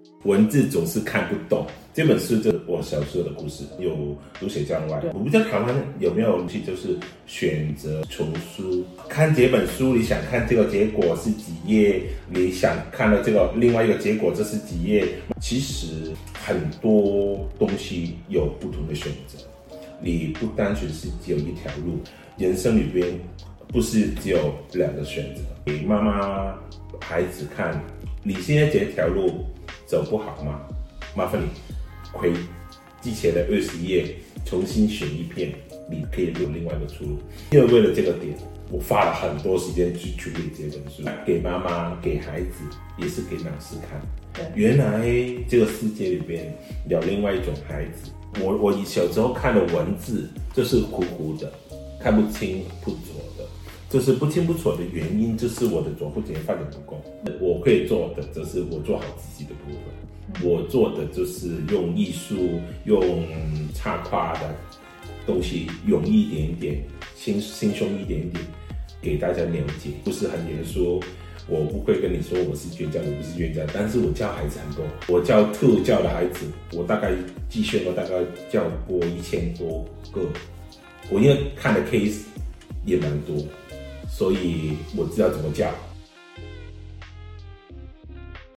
文字总是看不懂。这本书就是我小时候的故事，有读写障碍。我不知道台湾有没有就是选择丛书，看这本书你想看这个结果是几页，你想看了这个另外一个结果这是几页。其实很多东西有不同的选择，你不单纯是只有一条路，人生里边不是只有两个选择。给妈妈孩子看，你现在这条路走不好吗？麻烦你回之前的20页重新选一遍，你可以有另外一个出路。因为为了这个点，我花了很多时间去处理这本书，给妈妈给孩子也是给老师看。原来这个世界里边有另外一种孩子，我小时候看的文字就是糊糊的，看不清不楚的，就是不清不楚的原因就是我的左后前发展不够。我可以做的就是我做好自己的部分，我做的就是用艺术用插画的东西容易一点点，轻松一点点给大家了解，不是很严肃。我不会跟你说我是专家，我不是专家，但是我教孩子很多，我教特教的孩子，我大概计算我大概教过1000多个，我因为看的 case 也蛮多，所以我知道怎么教。